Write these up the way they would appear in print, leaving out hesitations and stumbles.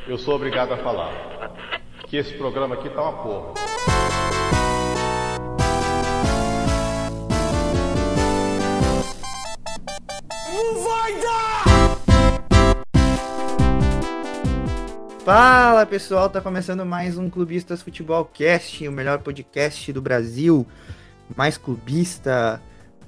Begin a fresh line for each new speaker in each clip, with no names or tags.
eu sou obrigado a falar que esse programa aqui tá uma porra.
Não vai dar!
Fala pessoal, tá começando mais um Clubistas Futebol Cast, o melhor podcast do Brasil, mais clubista,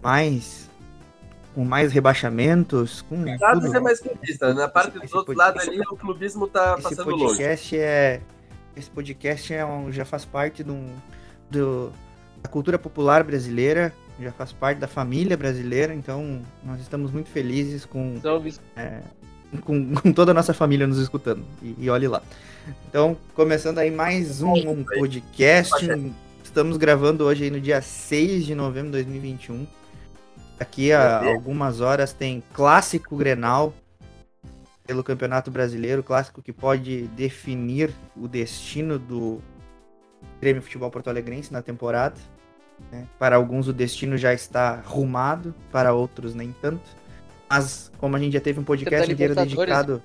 com mais rebaixamentos, com
Nada
tudo.
é mais clubista, na parte dos outros lados ali o clubismo tá passando longe.
Esse podcast já faz parte da cultura popular brasileira, já faz parte da família brasileira, então nós estamos muito felizes com toda a nossa família nos escutando. E olhe lá. Então, começando aí mais um podcast. Estamos gravando hoje aí no dia 6 de novembro de 2021. Daqui a algumas horas tem Clássico Grenal pelo Campeonato Brasileiro, clássico que pode definir o destino do Grêmio Futebol Porto Alegrense na temporada. Né? Para alguns o destino já está arrumado, para outros nem tanto. Mas como a gente já teve um podcast inteiro dedicado,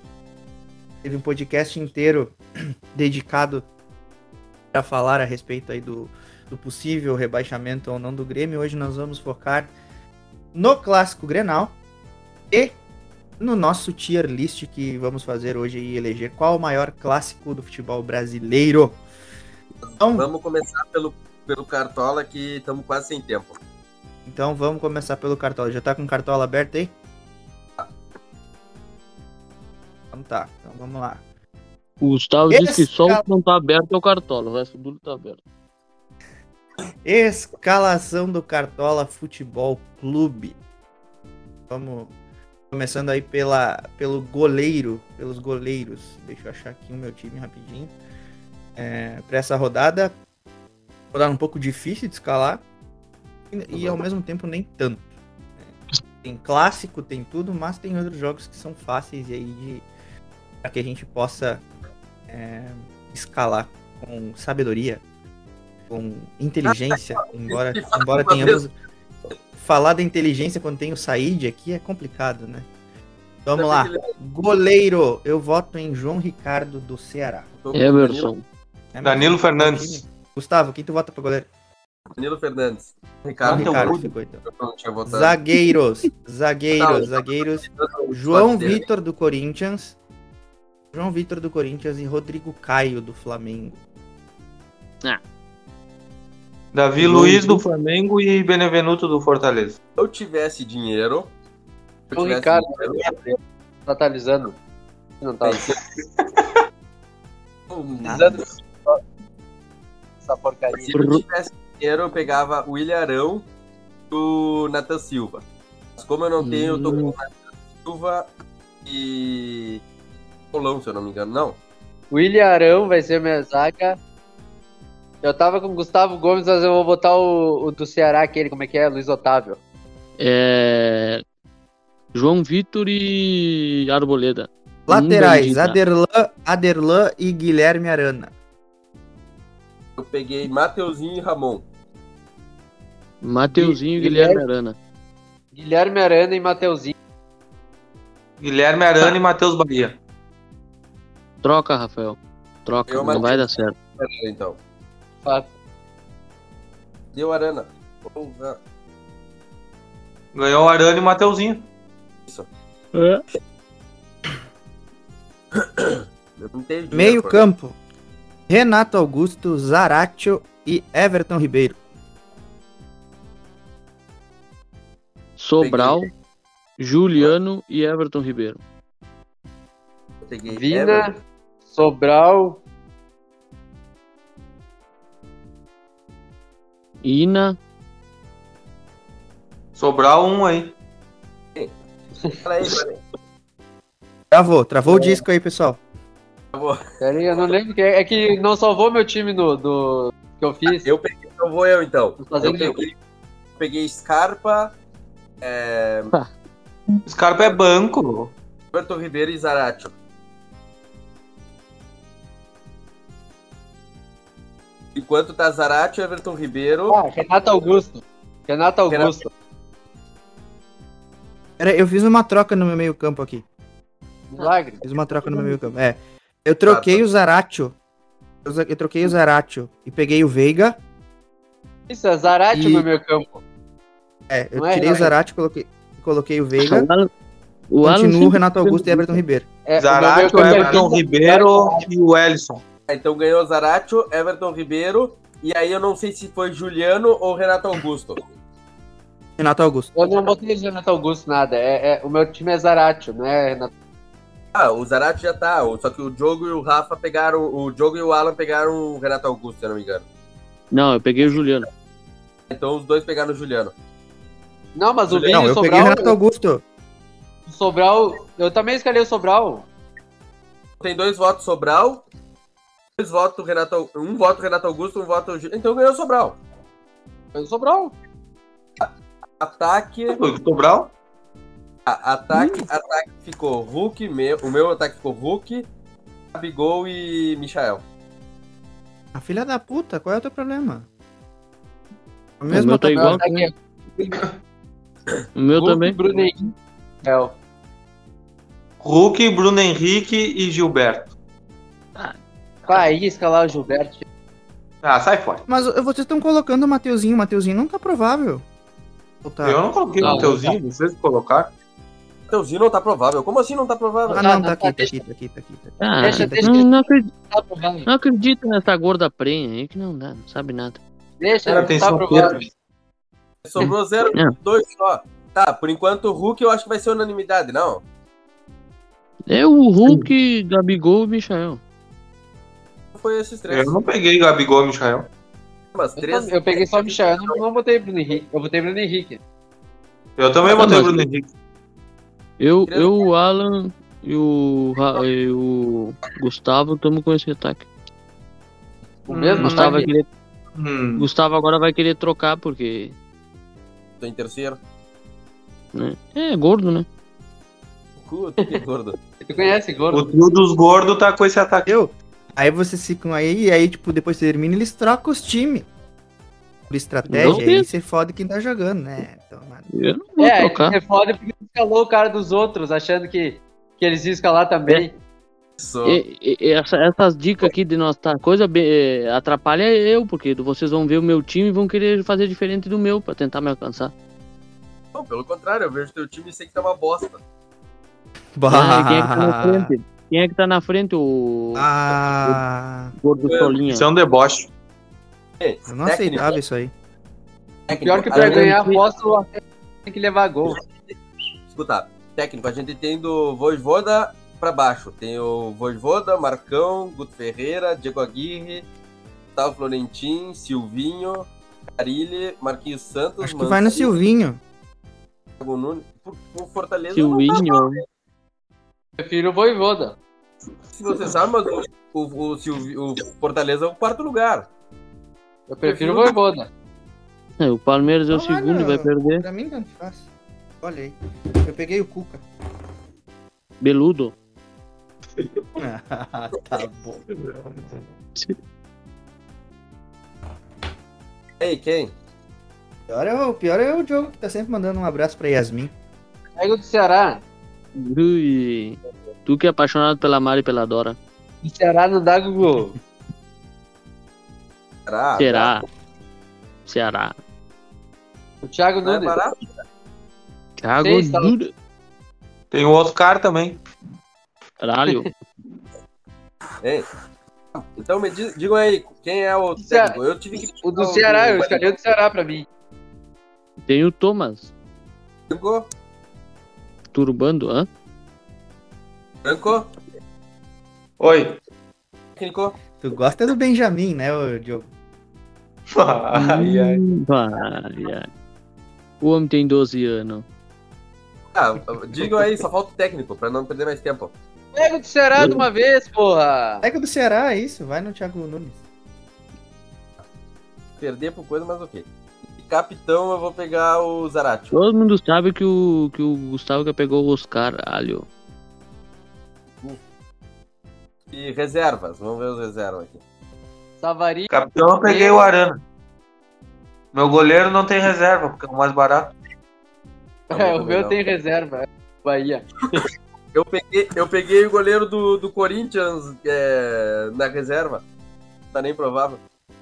para falar a respeito aí do possível rebaixamento ou não do Grêmio, hoje nós vamos focar no Clássico Grenal e no nosso tier list que vamos fazer hoje e eleger qual o maior clássico do futebol brasileiro. Então,
vamos começar pelo Cartola, que estamos quase sem tempo.
Então vamos começar pelo Cartola. Já tá com o Cartola aberto aí? Então tá, então vamos lá.
O Gustavo disse que só o que não tá aberto é o Cartola, o resto tudo tá aberto.
Escalação do Cartola Futebol Clube. Vamos começando aí pelos goleiros. Deixa eu achar aqui o meu time rapidinho. Para essa rodada, rodada um pouco difícil de escalar e ao mesmo tempo nem tanto. Tem clássico, tem tudo, mas tem outros jogos que são fáceis aí para que a gente possa escalar com sabedoria, com inteligência, embora tenhamos... Falar da inteligência quando tem o Said aqui é complicado, né? Vamos lá. Goleiro, eu voto em João Ricardo do Ceará.
Everson.
Danilo Fernandes.
Gustavo, quem tu vota pra goleiro?
Danilo Fernandes.
Ricardo ficou então. Zagueiros. João Vitor do Corinthians. E Rodrigo Caio do Flamengo.
Davi Luiz do Flamengo e Benevenuto do Fortaleza.
Se eu tivesse dinheiro...
O Ricardo tá atualizando. Não tá. Essa porcaria.
Se eu tivesse dinheiro, eu pegava o William Arão e o Nathan Silva. Mas como eu não tenho, eu tô com o Nathan Silva e... Colão, se eu não me engano, não.
William Arão vai ser minha zaga. Eu tava com o Gustavo Gomes, mas eu vou botar o do Ceará, aquele, como é que é? Luiz Otávio.
João Vitor e Arboleda.
Laterais, Aderlan e Guilherme Arana.
Eu peguei Mateuzinho e Ramon.
Mateuzinho e Guilherme Arana.
Guilherme Arana e Mateuzinho.
Guilherme Arana e Matheus Bahia.
Troca, Rafael. Troca, não vai dar certo.
Então.
Fato.
Deu Arana.
Ganhou o Arana e o Mateuzinho.
Isso.
É.
Eu não tenho dinheiro,
Meio campo. Renato Augusto, Zaratio e Everton Ribeiro.
Sobral, Juliano e Everton Ribeiro.
Eu peguei
Vina,
Everton.
Sobral,
Ina.
Sobral um aí.
Peraí.
Travou o disco aí, pessoal.
Peraí, eu não lembro que é que não salvou meu time do que eu fiz.
Eu peguei, então vou eu então.
Fazendo
Peguei Scarpa,
Scarpa é banco.
Everton Ribeiro e Zaratio. Enquanto tá Zaratio, Everton Ribeiro.
Renato Augusto.
Eu fiz uma troca no meu meio campo aqui.
Milagre.
Fiz uma troca no meu meio campo. Eu troquei o Zaratio. Eu troquei o Zaratio e peguei o Veiga.
Isso, é Zarate no meu campo.
Eu
Não é,
tirei
não
o
é.
Zaratio, coloquei o Veiga.
O Alan
Continuo o
sempre
Renato Augusto e Everton Ribeiro.
Zarate, o Everton Ribeiro e o Ellison.
Então ganhou Zaratio, Everton Ribeiro. E aí eu não sei se foi Juliano ou Renato Augusto.
Renato Augusto.
Eu não botei Renato Augusto nada. O meu time é Zarate, não é Renato.
Ah, o Zaratio já tá. Só que o Diogo e o Rafa pegaram. O Diogo e o Alan pegaram o Renato Augusto, se eu não me engano.
Não, eu peguei o Juliano.
Então os dois pegaram o Juliano.
Não, mas o Vini
Não,
e o
eu peguei o
Sobral.
Renato Augusto.
O Sobral. Eu também escalei o Sobral.
Tem 2 votos Sobral. 2 votos Renato. Um voto Renato Augusto, um voto Juliano. Então ganhou o Sobral.
Foi o Sobral.
Ataque.
Foi o Sobral?
Ataque ficou Hulk. O meu ataque ficou Hulk, Gabigol e Michael.
Ah, filha da puta, qual é o teu problema? O
O
mesmo
meu tá
ataque.
igual.
Ataque
O meu
Hulk,
também.
Bruno Henrique.
Hulk, Bruno Henrique e Gilberto.
Aí escalar o Gilberto.
Ah, sai fora.
Mas vocês estão colocando o Mateuzinho. O Mateuzinho não tá provável. Ou tá?
Eu não coloquei o
Não,
Mateuzinho, vocês colocaram.
Mateuzinho não tá provável. Como assim não tá provável?
Ah, não,
Não,
tá
tá,
aqui, tá aqui.
Ah,
Deixa
não acredito,
Tá provável.
não acredito nessa gorda prenha aí que não dá, não sabe nada.
Deixa,
Cara,
tá
atenção,
provável.
Pedro.
Sobrou 0,
Não.
2 só. Tá, por enquanto o Hulk eu acho que vai ser unanimidade, não?
É o Hulk, Gabigol e Michael.
Foi esses 3.
Eu não peguei Gabigol e Michael.
Mas 3.
Eu peguei só o Michel, eu não botei Bruno Henrique. Eu botei Bruno Henrique.
Eu também
Ah,
botei o
mas-
Bruno Henrique.
Eu, o Alan e o Gustavo estamos com esse ataque.
O mesmo
Gustavo, vai
ataque.
querer, Gustavo agora vai querer trocar porque
Tô em terceiro.
né, é gordo, né?
Puta, que gordo.
Tu conhece, Gordo?
O trio dos gordos tá com esse ataque.
Aí vocês ficam aí, e aí, tipo, depois que termina, eles trocam os times. Por
Não
estratégia,
tem.
aí você fode quem tá jogando, né? Então, mano.
Eu não vou
É,
trocar.
é foda porque escalou o cara dos outros, achando que eles iam escalar também.
Isso.
Essas dicas aqui de nossa coisa atrapalha eu, porque vocês vão ver o meu time e vão querer fazer diferente do meu pra tentar me alcançar.
Não, pelo contrário, eu vejo teu time e sei que tá uma bosta.
Ah, quem é que tá na frente? Quem é que tá na frente? O gordo Solinha.
Isso é um deboche.
Ei,
Eu não aceitava isso aí.
Pior que pra ganhar aposta, o Atlético tem que levar gol.
Escuta, técnico, a gente tem do Vojvoda pra baixo. Tem o Vojvoda, Marcão, Guto Ferreira, Diego Aguirre, Gustavo Florentin, Silvinho, Carilli, Marquinhos Santos.
Acho que vai no Silvinho.
Thiago Nunes. O Fortaleza não tá
Silvinho.
Prefiro o Voivoda.
Se você sabe, mas o Fortaleza é o 4º lugar.
Eu prefiro o Voivoda.
O Palmeiras é o
Olha,
segundo e vai perder.
Pra mim, tanto faz. Olha aí. Eu peguei o Cuca.
Beludo.
Tá bom.
Ei, quem?
O pior é o Diogo, que tá sempre mandando um abraço pra Yasmin.
Pega o do Ceará.
Ui, tu que é apaixonado pela Mari e pela Dora.
O Ceará não dá Google.
Ceará.
O Thiago
Não é
Nunes.
barato?
Thiago
Seis, tá?
Duda.
Tem um outro cara também.
Caralho.
Ei. Então me digam aí, quem é o
Ceará.
técnico? Eu tive que...
O do Ceará, eu escalei o do Ceará pra mim.
Tem o Thomas.
Branco?
Turbando, hã?
Branco?
Oi.
Técnico?
Tu gosta do Benjamin, né, ô Diogo?
Ai, ai.
Ai. O homem tem 12 anos.
Ah, digam aí, só falta o técnico, pra não perder mais tempo.
Pega o do Ceará de uma vez, porra.
Pega do Ceará, é isso. Vai no Thiago Nunes.
Perder por coisa, mas ok. E capitão, eu vou pegar o Zaratio.
Todo mundo sabe que o Gustavo que pegou o Oscar, alho.
E reservas, vamos ver os reservas aqui.
Savari.
Capitão, eu peguei o Arana. Meu goleiro não tem reserva, porque é o mais barato.
É, o meu tem reserva. Bahia.
Eu peguei o goleiro do Corinthians na reserva. Tá nem provável.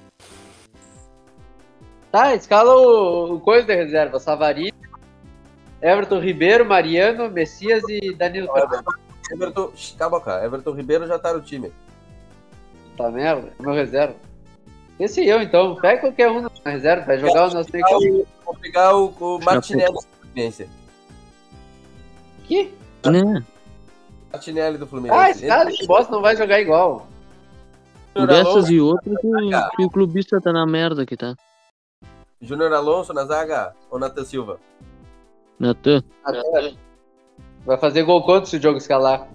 Tá, escala o coisa de reserva. Savarino, Everton Ribeiro, Mariano, Messias e Danilo Fernandes.
Calma, cara. Everton Ribeiro já tá no time.
Tá merda, é meu reserva. Esse eu, então. Pega qualquer um na reserva, vai jogar o nosso
Vou pegar o Martinelli do Fluminense.
Que?
Né?
Martinelli do Fluminense.
Esse cara de bosta não vai jogar igual.
Por essas e outras que o clubista tá na merda que tá.
Júnior Alonso na zaga ou Nathan Silva?
Natan.
Vai fazer gol contra se o jogo escalar.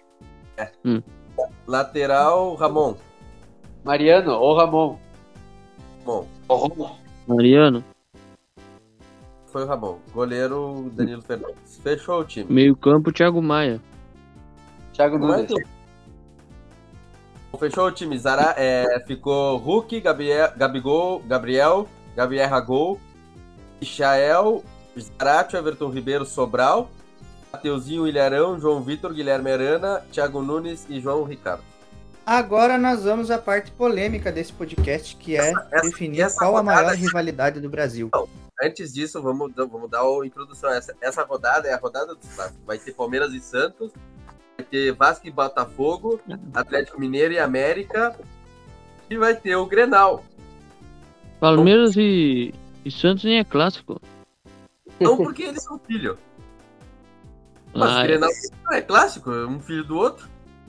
Lateral, Ramon.
Mariano ou Ramon.
Bom,
Mariano.
foi o Ramon. Goleiro, Danilo Fernandes. Fechou o time.
Meio campo, Thiago Maia.
Thiago
Não é
Nunes.
tudo. Fechou o time. Ficou Hulk, Gabigol, Gabriel Ragol, Michael, Zarate, Everton Ribeiro, Sobral, Mateuzinho, Ilharão, João Vitor, Guilherme Arana, Thiago Nunes e João Ricardo.
Agora nós vamos à parte polêmica desse podcast, que é definir qual a maior rivalidade do Brasil.
Antes disso, vamos dar a introdução. Essa rodada é a rodada dos clássicos. Vai ter Palmeiras e Santos, vai ter Vasco e Botafogo, Atlético Mineiro e América, e vai ter o Grenal.
Palmeiras e Santos nem é clássico.
Não porque eles são filho. Mas o Grenal não é clássico, é um filho do outro.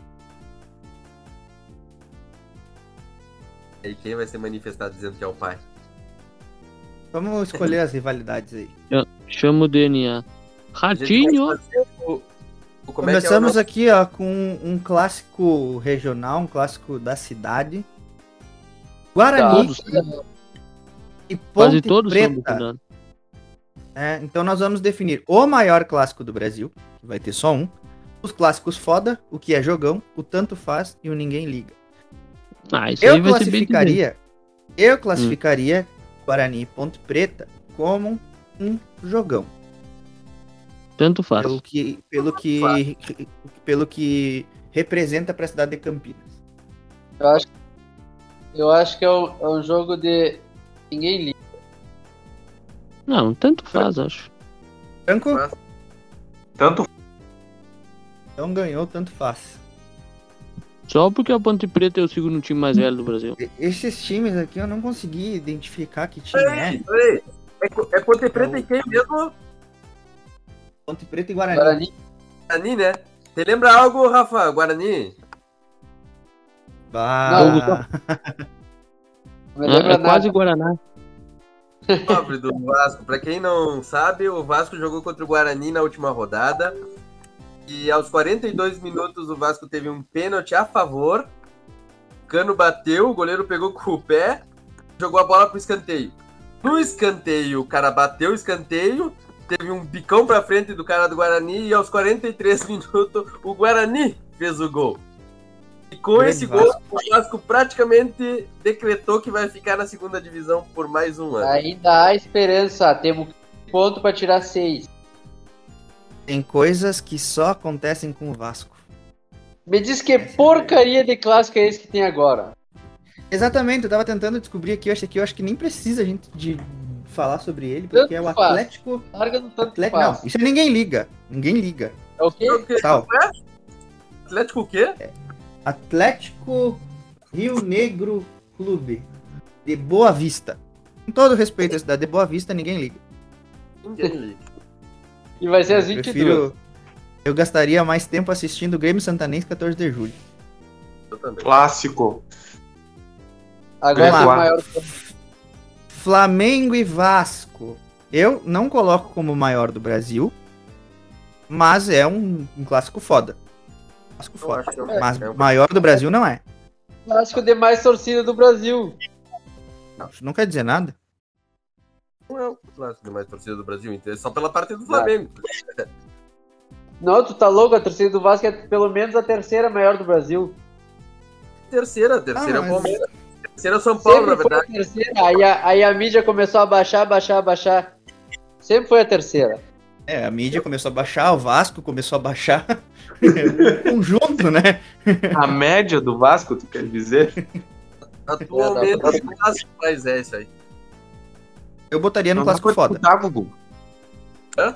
E quem vai ser manifestado dizendo que é o pai?
Vamos escolher as rivalidades aí.
Chama o DNA. Ratinho.
Começamos aqui com um clássico regional, um clássico da cidade. Guarani
Todos.
e
Quase
Ponte
todos são do
Preta.
cuidado.
Então nós vamos definir o maior clássico do Brasil, que vai ter só um. Os clássicos foda, o que é jogão, o tanto faz e o ninguém liga.
Isso aí vai ser bem
Eu classificaria Guarani e Ponte Preta como um jogão.
Tanto faz.
Pelo que representa para a cidade de Campinas.
Eu acho que é um jogo de ninguém liga.
Não, tanto faz, acho.
Franco?
Tanto
Então ganhou, tanto faz.
Só porque a Ponte Preta é o segundo time mais velho do Brasil.
Esses times aqui eu não consegui identificar que time é.
Peraí. É Ponte Preta e quem mesmo?
Ponte Preta e Guarani.
Guarani, né? Você lembra algo, Rafa? Guarani?
Bah.
Não me lembra
É
nada.
quase Guaraná.
Pobre do Vasco. Pra quem não sabe, o Vasco jogou contra o Guarani na última rodada. E aos 42 minutos o Vasco teve um pênalti a favor. O Cano bateu, o goleiro pegou com o pé, jogou a bola pro escanteio. No escanteio, o cara bateu o escanteio, teve um bicão pra frente do cara do Guarani e aos 43 minutos o Guarani fez o gol. E com esse gol, o Vasco praticamente decretou que vai ficar na segunda divisão por mais um ano.
Ainda há esperança. Temos ponto pra tirar 6.
Tem coisas que só acontecem com o Vasco.
Me diz que porcaria de clássico é esse que tem agora.
Exatamente, eu tava tentando descobrir aqui, eu acho que nem precisa a gente de falar sobre ele, porque é o Atlético.
Larga no tanto
Não,
faz.
isso ninguém liga. Ninguém liga.
É o quê?
Tal.
Atlético o quê?
Atlético Rio Negro Clube de Boa Vista. Com todo respeito à cidade de Boa Vista, ninguém liga.
Ninguém liga.
E vai ser às 22.
Eu gastaria mais tempo assistindo o Grêmio Santanense 14 de julho.
Eu também.
clássico.
Agora
Vamos
é o
lá.
maior.
Flamengo e Vasco. Eu não coloco como o maior do Brasil, mas é um clássico foda. Clássico
Eu
foda.
acho que
Mas maior do Brasil não é.
Clássico de mais torcida do Brasil.
Não, isso não quer dizer nada.
Não é o clássico de mais torcida do Brasil, então é só pela parte do Flamengo.
Não, tu tá louco? A torcida do Vasco é pelo menos a terceira maior do Brasil.
Terceira é
mas-
o Palmeiras. Terceira é o São Paulo, na
Sempre foi a
verdade.
terceira. Aí a mídia começou a baixar. Sempre foi a terceira.
A mídia começou a baixar, o Vasco começou a baixar. Conjunto, né?
A média do Vasco, tu quer dizer?
Atualmente, o clássico mais é isso aí.
Eu botaria no
Não
clássico
dá pra
foda.
escutar, Gugu.
Hã?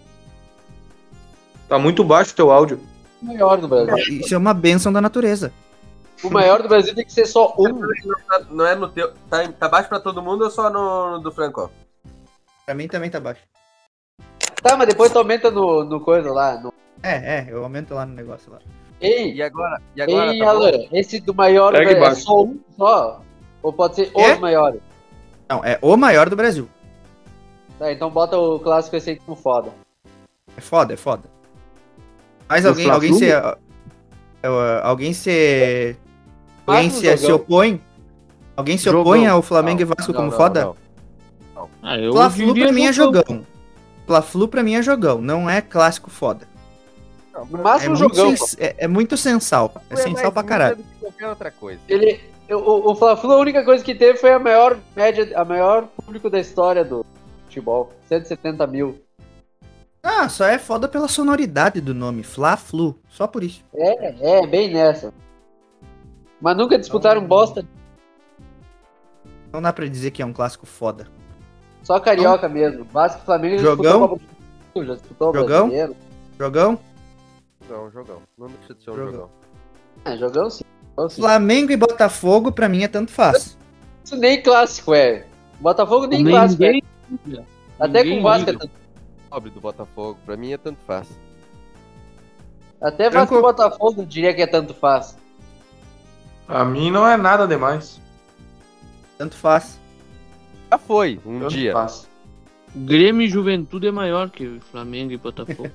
Tá muito baixo o teu áudio.
O maior do Brasil.
Isso é uma bênção da natureza.
O maior do Brasil tem que ser só um.
Não é no teu. Tá baixo pra todo mundo ou só no do Franco?
Pra mim também tá baixo.
Tá, mas depois tu aumenta no coisa lá.
Eu aumento lá no negócio lá.
Ei,
E agora?
ei,
Tá bom?
Alan, esse do maior do
Pega
Brasil é
embaixo.
só um só? Ou pode ser
É?
os maiores?
Não, é o maior do Brasil.
Tá, então bota o clássico esse aí como foda.
É foda, é foda. Mas
O
alguém
Fla-Flu?
se... Alguém se... Alguém
Máximo
se
jogão.
opõe... Alguém se
Jogão.
opõe ao Flamengo e
Não,
Vasco
não,
como
não,
foda?
não.
Ah, eu
Fla-Flu
diria
pra mim é jogão. Fla-Flu pra mim é jogão, não é clássico foda.
No máximo jogão. Pô.
É muito sensal. É sensal pra caralho.
Do que qualquer outra coisa.
O Fla-Flu, a única coisa que teve foi a maior média, a maior público da história do futebol. 170 mil.
Ah, só é foda pela sonoridade do nome. Fla-Flu. Só por isso.
Bem nessa. Mas nunca disputaram bosta.
Não dá pra dizer que é um clássico foda.
Só carioca mesmo. Vasco e Flamengo já
Jogão?
disputou a Copa do Brasil, já disputou o
Jogão?
brasileiro.
Jogão?
Jogão. Não deixa de ser um
Jogão.
jogão.
Jogão sim. Jogão sim.
Flamengo e Botafogo pra mim é tanto faz.
Isso nem clássico é. Botafogo nem clássico é. Até com o Vasco é
liga.
tanto.
Pobre do Botafogo, pra mim é tanto faz.
Até Vasco e Botafogo eu diria que é tanto faz.
A mim não é nada demais.
Tanto faz.
Já foi,
Tanto
dia.
faz.
Grêmio e Juventude é maior que Flamengo e Botafogo.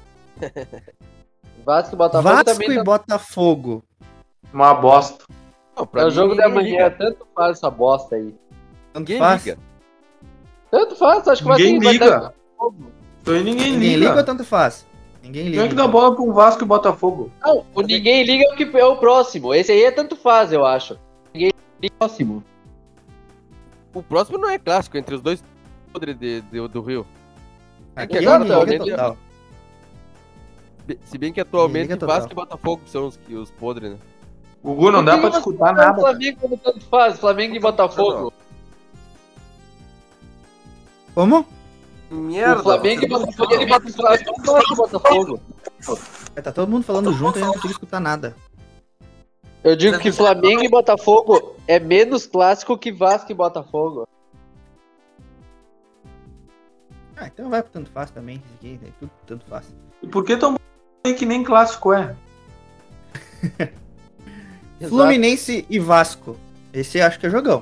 Vasco e Botafogo
Vasco
também
e
tá...
Botafogo.
Uma bosta.
Não,
É
pra
o
mim,
jogo da
ninguém
manhã,
liga.
tanto faz essa bosta aí.
Tanto
Ninguém
faz.
liga.
Tanto faz, acho que
Ninguém
vai
liga.
dar-
Isso aí ninguém
Ninguém liga ou
liga.
tanto faz? Ninguém liga.
Quem é que dá bola pro Vasco e Botafogo?
Não, o ninguém liga é o que é o próximo. Esse aí é tanto faz, eu acho. Ninguém liga é o próximo.
O próximo não é clássico entre os dois podres do Rio.
Aqui
Exato,
ninguém liga
ninguém-
total.
Se bem que atualmente
Liga total.
Vasco e Botafogo são os podres, né?
Gugu, não dá pra disputar
O
nada.
Flamengo quando tanto faz, Flamengo e Botafogo.
Como?
Merda.
O Flamengo e Botafogo, ele bota o Flamengo e Botafogo.
Tá todo mundo falando junto e eu não consigo escutar nada.
Eu digo que Flamengo e Botafogo é menos clássico que Vasco e Botafogo.
Ah, então vai pro tanto faz também. Isso aqui, é tudo tanto faz.
E por que tão que nem clássico é?
Exato.
Fluminense e Vasco. Esse eu acho que é jogão.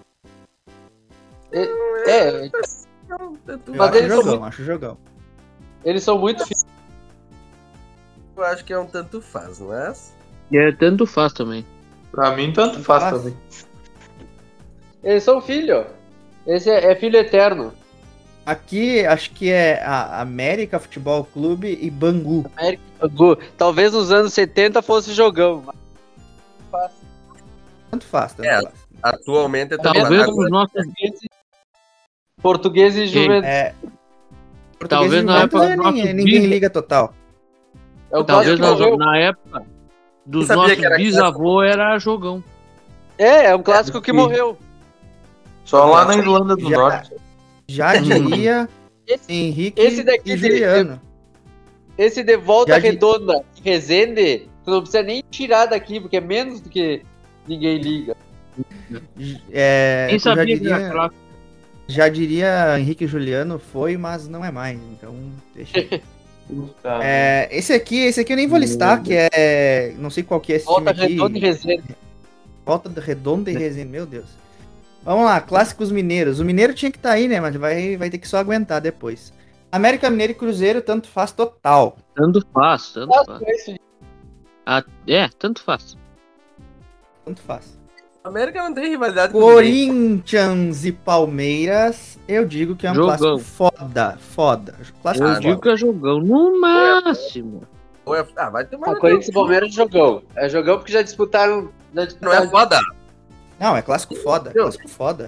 É,
Eu
Mas
acho
eles são
jogão,
muito-
acho jogão.
eles são muito finos.
Eu acho que é um tanto faz, mas...
E é tanto faz também.
Pra mim, tanto faz também.
Eles são filho. Esse é filho eterno.
Aqui acho que é a América Futebol Clube e Bangu.
América Bangu. Talvez nos anos 70 fosse jogão. Mas
Tanto faz, tanto
É.
faz.
Atualmente é tanto
Talvez
faz.
nos nossos
português e Juventude.
É.
Talvez
Português e
na época
Juventus,
do nosso
ninguém
bis-
liga total.
É o
Talvez
clássico que morreu.
na época dos
Sabia
nossos
que era
bisavôs era jogão.
É um clássico que
Sim.
morreu.
Só lá na Irlanda do
Já-
Norte.
Já diria
Esse-
Henrique
esse daqui
e Juliano.
Esse de volta
Já de-
redonda, Resende, tu não precisa nem tirar daqui, porque é menos do que ninguém liga.
É,
Quem
eu já
sabia que era
diria,
clássico?
já diria Henrique e Juliano foi, mas não é mais. Então, deixa.
Tá.
Esse aqui eu nem vou listar, que é. Não sei qual que é esse
Volta
time aqui.
redonda e Resende.
Volta do Redonda e Resende, meu Deus. Vamos lá, clássicos mineiros. O Mineiro tinha que estar aí, né? Mas vai ter que só aguentar depois. América Mineiro e Cruzeiro, tanto faz total.
Tanto faz, tanto faz.
Clássico é esse.
Tanto faz.
Tanto faz.
A América não tem rivalidade com ninguém.
Corinthians e Palmeiras, eu digo que é um
Jogão.
clássico foda. Foda. Clássico
Eu
foda.
digo que é jogão no máximo.
Vai tomar no
Corinthians e
teu cu.
Palmeiras é jogão. É jogão porque já disputaram.
Não é foda.
Não, é clássico foda. Clássico foda.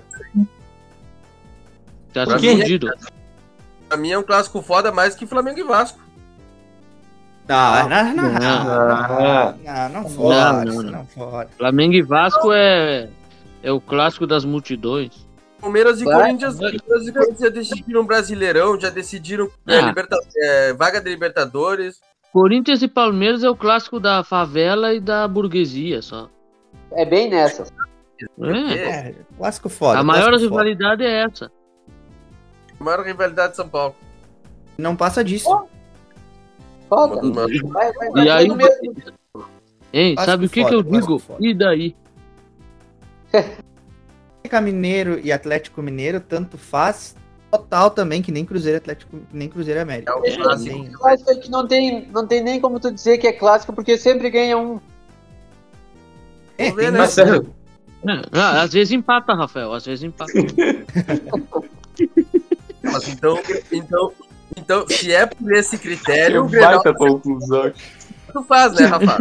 Tá
Pra
escondido.
Pra mim é um clássico foda mais que Flamengo e Vasco.
Não fora,
Não.
não fora.
Flamengo e Vasco é o clássico das multidões.
Palmeiras e
Vai.
Corinthians já decidiram Brasileirão, já decidiram vaga de Libertadores.
Corinthians e Palmeiras é o clássico da favela e da burguesia só.
É bem nessa.
É.
Clássico foda.
A maior
clássico foda.
rivalidade é essa.
A maior rivalidade de São Paulo.
Não passa disso.
Foda.
E aí,
tudo mesmo.
hein,
Clássico
sabe o que
foda,
eu
clássico
digo?
foda.
E daí?
América Mineiro e Atlético Mineiro, tanto faz. Total também, que nem Cruzeiro Atlético, nem Cruzeiro e América.
É o clássico.
Nem-
Eu acho que não tem nem como tu dizer que é clássico, porque sempre ganha um.
É,
Vamos ver,
tem
né?
Mas sério,
Às vezes empata, Rafael, às vezes empata.
Mas então, se é por esse critério, o Grenal
baita conclusão.
tu faz, né, Rafa?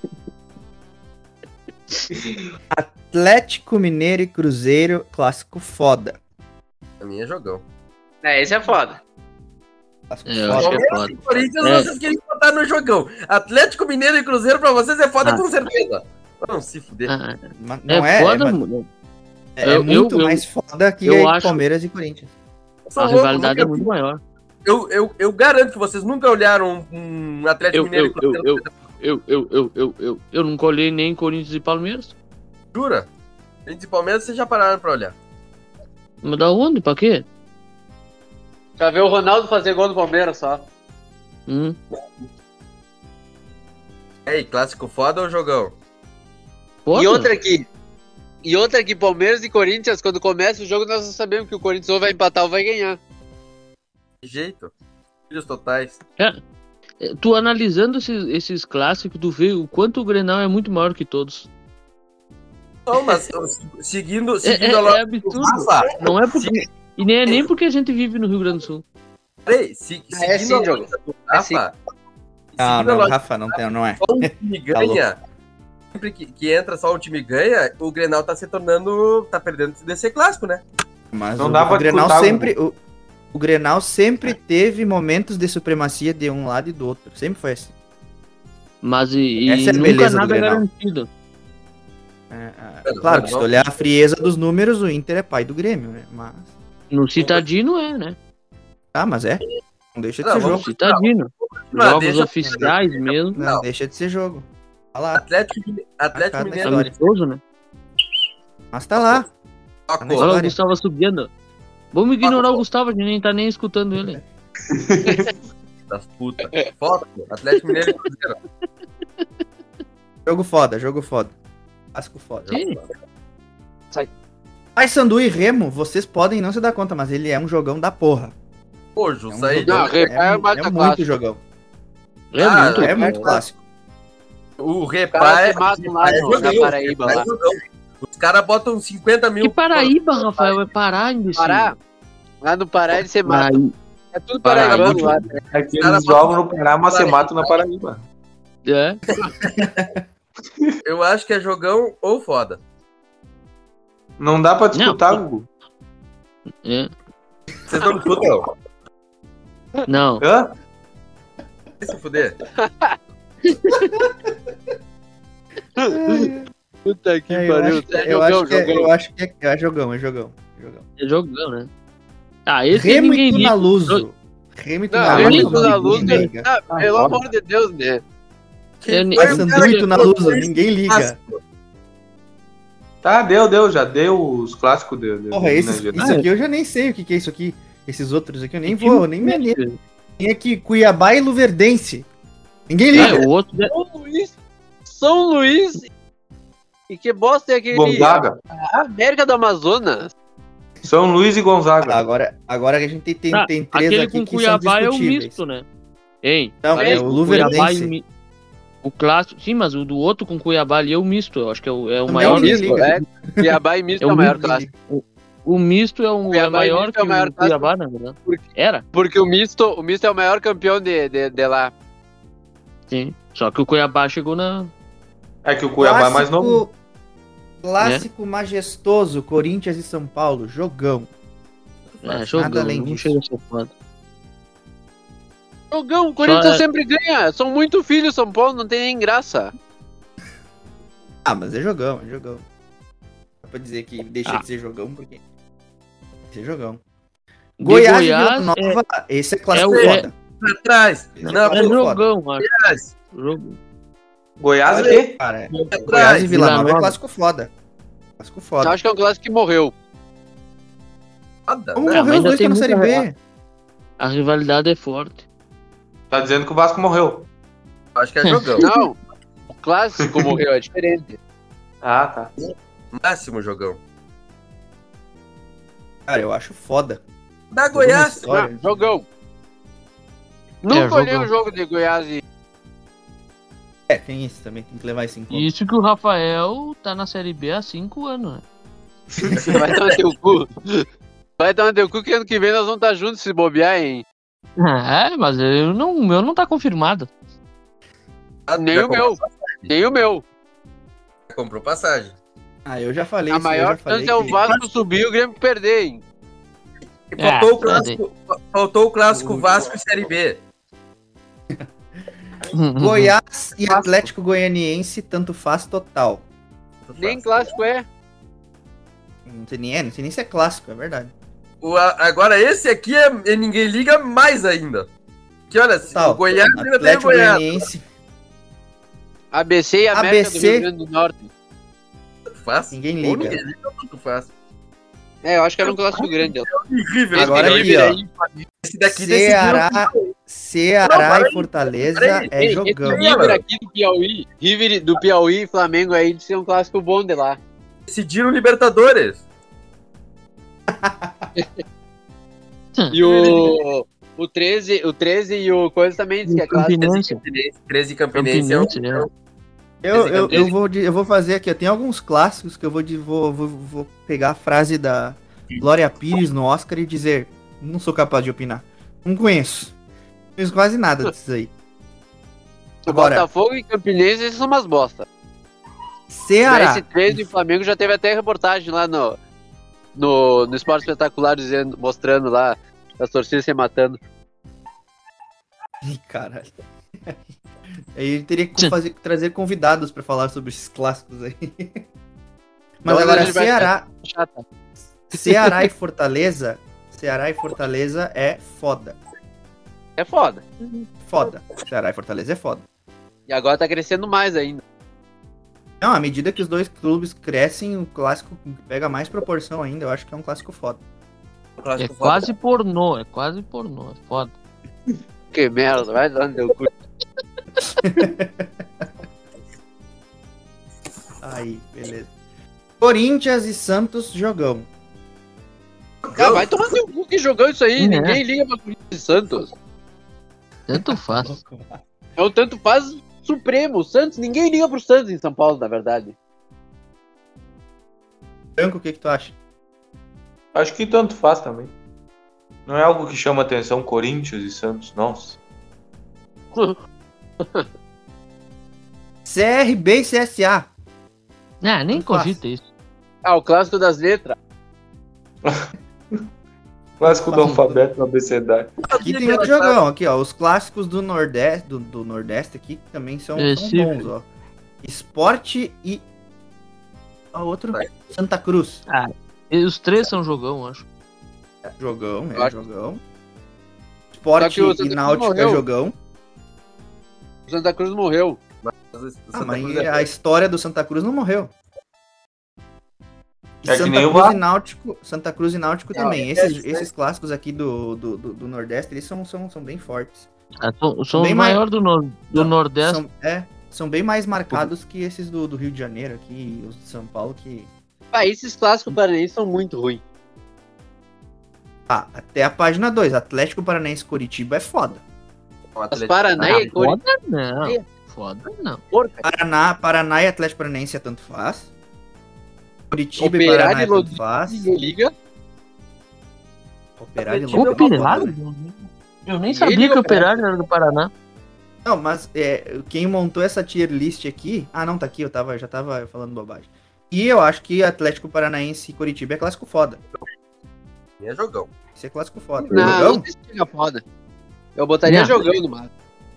Atlético Mineiro e Cruzeiro, clássico foda.
Pra mim é jogão.
Esse é foda.
Clássico
Eu acho
foda.
que é foda.
Corinthians,
É.
vocês queriam botar no jogão. Atlético Mineiro e Cruzeiro pra vocês é foda com certeza. Não, se fuder.
Ah,
Mas não
é foda,
mas
mano.
é muito
eu-
mais foda que
eu acho-
Palmeiras e Corinthians.
Sou
A
louco,
rivalidade é
nunca-
muito maior.
Eu garanto que vocês nunca olharam um Atlético Mineiro e Cruzeiro.
Eu nunca olhei nem Corinthians e Palmeiras.
Jura? Corinthians e Palmeiras vocês já pararam pra olhar.
Mas da onde? Pra quê?
Pra ver o Ronaldo fazer gol no Palmeiras só.
E aí, clássico foda ou jogão?
Foda.
E outra aqui, Palmeiras e Corinthians, quando começa o jogo, nós já sabemos que o Corinthians ou vai empatar ou vai ganhar.
Que jeito. Filhos totais.
Tu analisando esses clássicos, tu vê o quanto o Grenal é muito maior que todos.
Não, mas seguindo
É
a lógica do
absurdo.
Rafa,
Não é porque. E nem é nem porque a gente vive no Rio Grande do Sul.
peraí,
É
seguindo
sim,
a lógica do Rafa,
Não,
seguindo a
não,
lógica
Rafa, não é.
só um time ganha, sempre que entra só um time ganha, o Grenal tá se tornando, tá perdendo de ser clássico, né?
Mas
Não
o,
dá pra
o Grenal
disputar
sempre. O Grenal sempre teve momentos de supremacia de um lado e do outro. Sempre foi assim.
Mas e
Essa é a
nunca
beleza do
nada é
Grenal.
garantido.
Claro que se tu olhar a frieza dos números, o Inter é pai do Grêmio, né? Mas.
No Citadino é, né?
Ah, mas é. Não deixa de
Não,
ser
vamos-
jogo.
Citadino.
Não,
Jogos
deixa-
oficiais mesmo.
Não,
Não.
deixa de ser jogo. Tá lá.
Atlético
Cada
Mineiro.
história.
Amistoso, né?
Mas tá lá.
Toco.
Na
Olha o
história.
Gustavo subindo. Vamos ignorar o Gustavo, a gente nem tá nem escutando ele.
Das putas. Foto. Atlético Mineiro e Cruzeiro.
Jogo foda, jogo foda. Clássico foda.
Sim.
Paysandu e Remo, vocês podem não se dar conta, mas ele é um jogão da porra.
Pô,
É um
Jussaí.
jogão-
Não, é mais
muito
clássico.
jogão.
É
Ah,
muito.
É muito clássico.
O
Os caras
Repá
se matam lá
é
na
jogão.
Paraíba lá.
Os caras botam 50 mil.
Que Paraíba, Rafael? É Pará, imbecil.
Pará. Lá no Pará eles se matam.
Paraíba.
É tudo
Paraíba.
paraibano lá.
É que
Cara,
eles jogam no Pará, mas você mata na Paraíba.
É.
Eu acho que é jogão ou foda.
Não dá pra disputar, Hugo.
É.
Vocês não disputam.
Não.
Hã?
Vai se fuder.
Puta que
É,
pariu.
eu acho que é jogão, é jogão.
É jogão, né? Ah, esse
Remo
ninguém
e
liga.
Tunaluso. Remo e
Não,
Tunaluso.
eu nem
Tunaluso,
tô na luz,
ninguém
né?
liga.
Ah, pelo amor de Deus, né?
Eu nem-
Paysandu e Tunaluso, ninguém liga.
Tá, deu, já deu os clássicos de
Porra,
Minas
isso
Gerais.
aqui eu já nem sei o que é isso aqui. Esses outros aqui eu nem
Que
vou, nem me animo. Tem aqui Cuiabá e Luverdense. Ninguém
É,
liga.
o outro.
São Luís. E que bosta é aquele.
Gonzaga.
A América do Amazonas.
São Luís e Gonzaga.
Agora que a gente tem
Tá,
três
aquele
aqui
com
que
Cuiabá
são
é o
discutíveis.
misto, né? Hein?
Não, é o
Cuiabá e
Luverdense.
o clássico. Sim, mas o do outro com Cuiabá ali é o misto. Eu acho que é o
Não,
maior.
ninguém
Misto,
liga.
Cuiabá e Misto
É
é
o
o maior
misto.
clássico.
O misto é
Cuiabá e
maior
Misto
que
é o maior
o Cuiabá, na verdade.
Por quê?
Era,
Porque o Misto é o maior campeão de lá.
sim. Só que o Cuiabá chegou na.
É que o Cuiabá é mais novo.
Clássico majestoso, Corinthians e São Paulo, jogão.
É,
Nada
jogou.
além
Não
disso.
chega a ser foda.
Jogão, o Corinthians
Só é-
sempre ganha. São muito filhos, São Paulo, não tem nem graça.
Ah, mas é jogão, é jogão. Dá pra dizer que deixa de ser jogão, porque... Ser jogão.
De
Goiás e
Goiás
Vila Nova, esse é clássico
é o-
foda.
Pra trás.
Não,
Não,
É
foda.
jogão, acho.
atrás.
Jogo.
Goiás o quê?
Cara,
Pra
Goiás
trás.
e Vila
Vila
Nova é
Nova.
clássico foda. Clássico
Eu
foda.
acho que é um clássico que morreu.
Foda,
Como
né?
morreu
mas
os
ainda
dois
tem
na Série
muita
B?
A rivalidade é forte.
Tá dizendo que o Vasco morreu.
Acho que é jogão.
Não, o clássico morreu, é diferente.
Ah, tá.
Máximo jogão.
Cara, eu acho foda.
Da
Toda uma
Goiás.
história.
Não, jogão. Nunca olhei
jogão.
um jogo de Goiás e...
É, tem isso também, tem que levar isso em conta.
Isso que o Rafael tá na Série B há 5 anos, né?
Vai tomar teu cu. Vai tomar teu cu que ano que vem nós vamos estar juntos se bobear, hein?
É, mas o meu não tá confirmado.
Nem
Já
o meu. Nem o meu.
comprou passagem.
Ah, eu já falei
A
isso, eu
maior
já falei
chance é o
que-
Vasco subir e o Grêmio perder, hein?
E faltou,
É,
faltou o clássico Vasco e Série B.
Goiás e Atlético Goianiense, tanto faz total.
Nem clássico é.
Não sei nem se é clássico, é verdade.
Agora esse aqui ninguém liga mais ainda. Que olha,
Total.
o Goiás ainda tem o
Atlético
Goiás.
Goianiense,
ABC e América
ABC.
do Rio Grande do Norte.
Tanto faz.
Ninguém
Ou
liga.
Ninguém liga, tanto faz.
É, eu acho que era um clássico grande.
Incrível.
Agora
esse
aqui,
daqui,
ó.
Esse daqui
Ceará
Não,
e Fortaleza
peraí.
é
Esse
jogão.
River aqui do Piauí, River do Piauí e Flamengo aí de ser um clássico bom de lá.
decidiram Libertadores.
E o 13 e o Coisa também diz que é clássico.
Campinense.
13 Campinense é um...
Campinense, né?
Eu vou fazer aqui, ó, tem alguns clássicos que eu vou pegar a frase da Glória Pires no Oscar e dizer, não sou capaz de opinar. Não conheço. Não conheço quase nada desses aí.
O
Agora,
Botafogo e Campinense esses são umas bosta.
Ceará.
Esse 13 e Flamengo já teve até reportagem lá no Esporte Espetacular dizendo, mostrando lá as torcidas se matando.
Ih, caralho. Aí ele teria que trazer convidados pra falar sobre esses clássicos aí. Mas
Então,
agora,
a gente vai- Chata.
Ceará e Fortaleza é foda.
É foda.
Foda. Ceará e Fortaleza é foda.
E agora tá crescendo mais ainda.
Não, à medida que os dois clubes crescem, o clássico pega mais proporção ainda. Eu acho que é um clássico foda.
É quase pornô, é foda.
Que merda, vai dar no teu cu.
Aí, beleza. Corinthians e Santos, jogão.
Ah, vai tomar teu cu que jogou isso aí.
É.
Ninguém liga pra Corinthians e Santos.
Tanto faz.
É o tanto faz supremo. O Santos, ninguém liga pro Santos em São Paulo, na verdade.
Branco, o que tu acha?
Acho que tanto faz também. Não é algo que chama atenção Corinthians e Santos, nossa.
CRB e CSA.
Ah, nem
Tanto faz.
cogita isso.
Ah, o clássico das letras.
Clássico do alfabeto na abecedário.
Aqui tem outro jogão, aqui, ó. Os clássicos do Nordeste, do Nordeste aqui também são
Recife.
bons, ó. Esporte e. A outro, Santa Cruz.
E os três são jogão, acho.
Jogão,
Eu acho-
jogão.
Só
Esporte
que o Santa
e
Cruz
Náutico é
morreu.
jogão.
O Santa Cruz morreu.
Ah, mas a história do Santa Cruz não morreu. E
É que
Santa
nem o
Cruz
Vasco.
e Náutico, Santa Cruz e Náutico também. Esses clássicos aqui do Nordeste, eles são bem fortes.
São
Bem
os
mais-
maiores do Nordeste.
São bem mais marcados que esses do Rio de Janeiro aqui, os de São Paulo, que...
Ah, esses clássicos paranaenses são muito ruins.
Ah, até a página 2, Atlético Paranaense Curitiba é foda.
Os Paraná e Corinthians.
Foda não. Foda não.
Porca.
Paraná e Atlético Paranaense é tanto faz. Curitiba e
Operário
Paraná é
e
tanto
Londrina,
faz.
ninguém liga.
Operário e
Curitiba
Londrina é
Operário?
foda, né?
Eu nem
Ele
sabia que o
Operário.
Operário era do Paraná.
Não, mas quem montou essa tier list aqui... Ah, não, tá aqui, já tava falando bobagem. E eu acho que Atlético Paranaense e Curitiba é clássico foda.
É jogão.
Esse é clássico foda.
Não,
Jogão?
não sei se chega foda. Eu botaria
Não.
jogando, mano.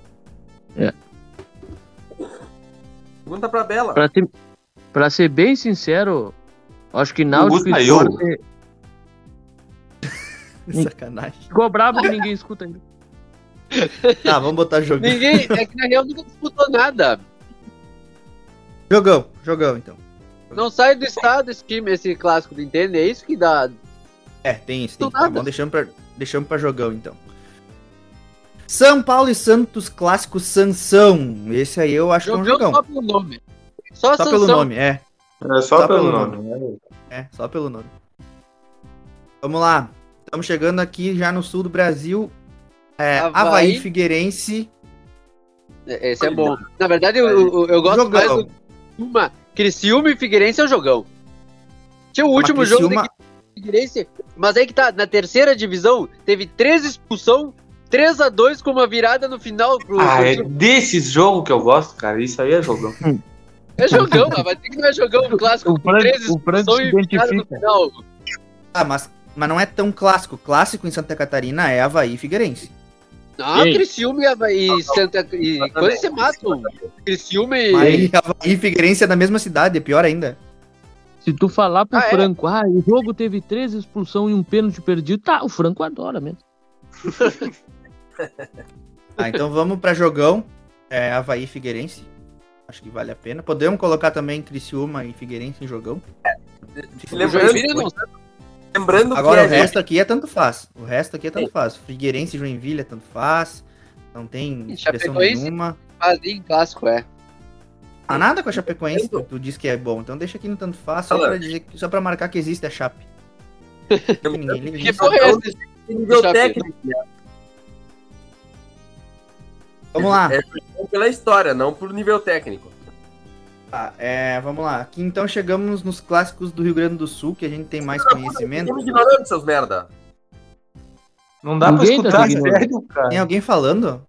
Pergunta pra Bela.
Pra ser bem sincero, acho que Náutico
Gusta
e
eu.
Sport
Sacanagem.
ficou brabo que ninguém escuta ainda.
Tá, vamos botar jogão.
Ninguém, é que na real nunca disputou nada.
Jogão, então.
Não sai do estado esse time, esse clássico do Nintendo, é isso que dá.
É, tem isso.
Do
Tá
nada.
bom, deixamos pra jogão, então. São Paulo e Santos, clássico Sansão. Esse aí eu acho que é um
Jogão
jogão.
só pelo nome. Só
Só
Sansão.
pelo nome, é.
É só pelo nome.
É, só pelo nome. Vamos lá. Estamos chegando aqui já no sul do Brasil. Avaí Figueirense.
Esse é bom. Na verdade, eu gosto
Jogão.
mais do Criciúma e Figueirense é o jogão. Tinha o último jogo
Criciúma-
da Figueirense, mas aí que tá, na terceira divisão, teve 3 expulsão, 3-2 com uma virada no final pro
É
time.
desses jogos que eu gosto, cara. Isso aí é jogão.
É jogão, mas vai ter que não é jogão, um clássico
O
com
Franco-
3
o Franco
expulsão
se
e virada no
identifica.
final.
Ah, mas não é tão clássico. Clássico em Santa Catarina é Avaí e Figueirense.
Não,
Ei.
Criciúma e Santa... E quando você mata o Criciúma e...
Mas Avaí e Figueirense é da mesma cidade, é pior ainda.
Se tu falar pro
Ah, é?
Franco, o jogo teve 3 expulsões e um pênalti perdido, tá, o Franco adora mesmo.
Então vamos pra jogão. Avaí e Figueirense. Acho que vale a pena. Podemos colocar também Criciúma e Figueirense em jogão.
O Joinville não
Lembrando
Agora o
que
resto aqui é tanto faz. Figueirense e Joinville é tanto faz. Não tem
E
expressão
Chapecoense?
nenhuma.
fazia em clássico, é.
Ah, nada com a Chapecoense, tu diz que é bom. Então deixa aqui no tanto faz, só pra marcar que existe a Chape. Ninguém liga
Que
nisso.
porra é essa?
nível
Chape.
técnico,
Vamos lá.
é pela história, não por nível técnico.
Tá, vamos lá. Aqui então chegamos nos clássicos do Rio Grande do Sul, que a gente tem mais conhecimento.
Estamos ignorando, seus merda.
Não dá pra
Ninguém tá
escutar,
seguindo.
sério, cara.
Tem alguém falando?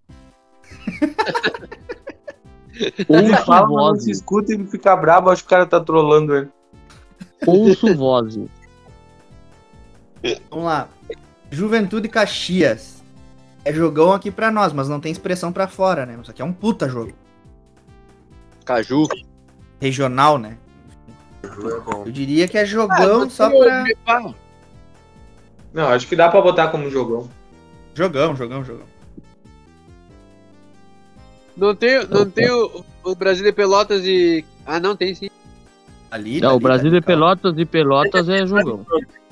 Ele
Ouço
fala, mas não se
vozes.
escuta e ele fica bravo, acho que o cara tá trolando ele.
Ouço vozes.
Vamos lá. Juventude e Caxias. É jogão aqui pra nós, mas não tem expressão pra fora, né? Isso aqui é um puta jogo.
Caju.
Regional, né?
É bom.
Eu diria que é jogão só pra...
Não, acho que dá pra botar como jogão.
Jogão.
Não tem o Brasil de Pelotas e... Ah, não, tem sim.
Ali,
Não, o
ali,
Brasil
ali,
de Pelotas e Pelotas é jogão.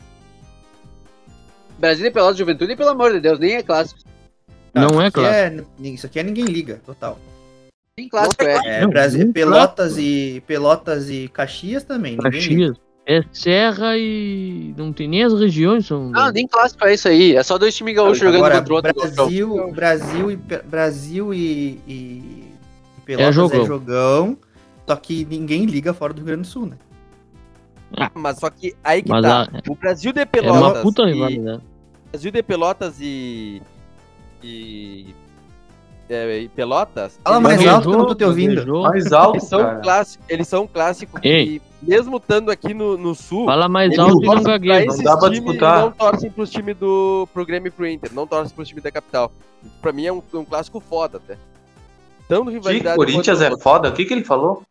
Brasil de Pelotas Juventude, pelo amor de Deus, nem é clássico.
Não é
Isso aqui
claro.
Isso aqui é ninguém liga, total.
Nem clássico é.
Não,
Brasil,
nem
Pelotas e Caxias também, ninguém liga.
Caxias. É Serra e não tem nem as regiões. São...
Não, nem clássico é isso aí. É só 2 times gaúchos jogando
Agora,
contra o outro.
Brasil e Pelotas
jogão.
é jogão, só que ninguém liga fora do Rio Grande do Sul, né?
Mas só que aí que
Mas
tá.
a-
O Brasil de
É uma
Pelotas.
puta
e-
rivalidade.
Brasil de Pelotas e Pelotas.
Fala
eles
mais
são-
alto que eu não tô te ouvindo.
Gaguejou.
Mais alto,
Eles são,
cara.
eles são um clássico
Ei.
que, mesmo estando aqui no sul,
Fala mais
eles
alto e não
torcem pra
gagueja.
esses
Não dá pra
times
disputar.
e não torcem pros times pro Grêmio e pro Inter. Não torcem pros times da capital. Pra mim é um clássico foda até. Tanto
Que
rivalidade.
Corinthians
quanto-
é foda? O que ele falou?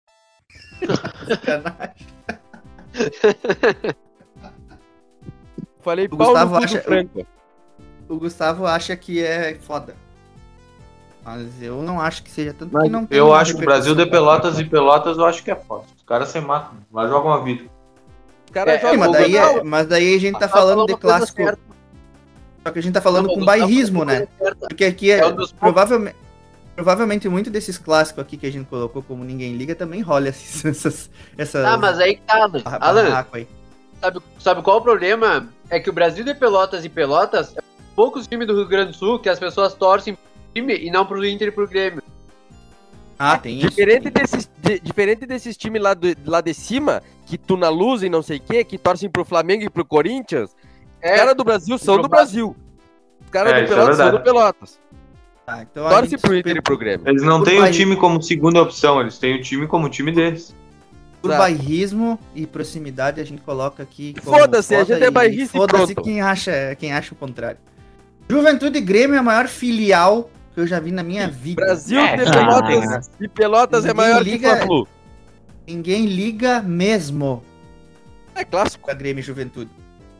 Falei
O
pau
Gustavo
no cu
acha-
do Franco.
O Gustavo acha que é foda. Mas eu não acho que seja tanto
Mas
que não tem
Eu
uma
acho que o Brasil de
repercussão.
Pelotas e Pelotas eu acho que é foda. Os caras se matam. Lá jogam a vida.
Os caras
É,
Sim,
jogam
mas daí a gente tá falando de clássico. Só que a gente tá falando com bairrismo, né? Porque aqui
É um dos poucos-
provavelmente muito desses clássicos aqui que a gente colocou como ninguém liga também rola essas
Ah, mas aí que tá, Alan. Alan,
barraco aí.
sabe qual o problema? É que o Brasil de Pelotas e Pelotas é poucos times do Rio Grande do Sul que as pessoas torcem pro time e não pro Inter e pro Grêmio.
Ah, tem isso.
Diferente desses times lá de cima, que tu na luz e não sei o que, que torcem pro Flamengo e pro Corinthians, os caras do Brasil são do Brasil. Os caras do
Isso é
Pelotas são
verdade.
do Pelotas.
Tá, então a
Torce
gente
pro Inter e pro Grêmio.
Eles não
Por
têm o
bairro.
time como segunda opção, eles têm o time como time deles.
Por
Exato.
bairrismo e proximidade a gente coloca aqui como
Foda-se, a
foda
gente é
e
bairrista e
foda-se
pronto.
quem acha o contrário. Juventude e Grêmio é a maior filial que eu já vi na minha vida.
Brasil de
Ah,
Pelotas e Pelotas é
Ninguém
maior
liga-
que Fla-Flu.
Ninguém liga mesmo
É clássico.
pra Grêmio e Juventude.